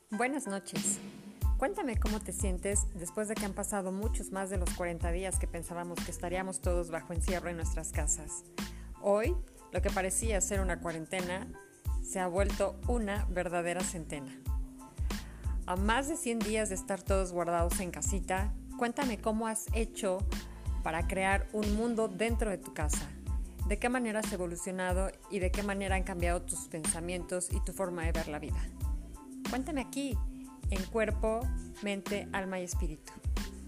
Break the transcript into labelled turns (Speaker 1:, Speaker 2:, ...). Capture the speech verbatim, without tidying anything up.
Speaker 1: Buenas noches. Cuéntame cómo te sientes después de que han pasado muchos más de los cuarenta días que pensábamos que estaríamos todos bajo encierro en nuestras casas. Hoy, lo que parecía ser una cuarentena se ha vuelto una verdadera centena. A más de cien días de estar todos guardados en casita, cuéntame cómo has hecho para crear un mundo dentro de tu casa. ¿De qué manera has evolucionado y de qué manera han cambiado tus pensamientos y tu forma de ver la vida? Cuéntame aquí, en Cuerpo, Mente, Alma y Espíritu.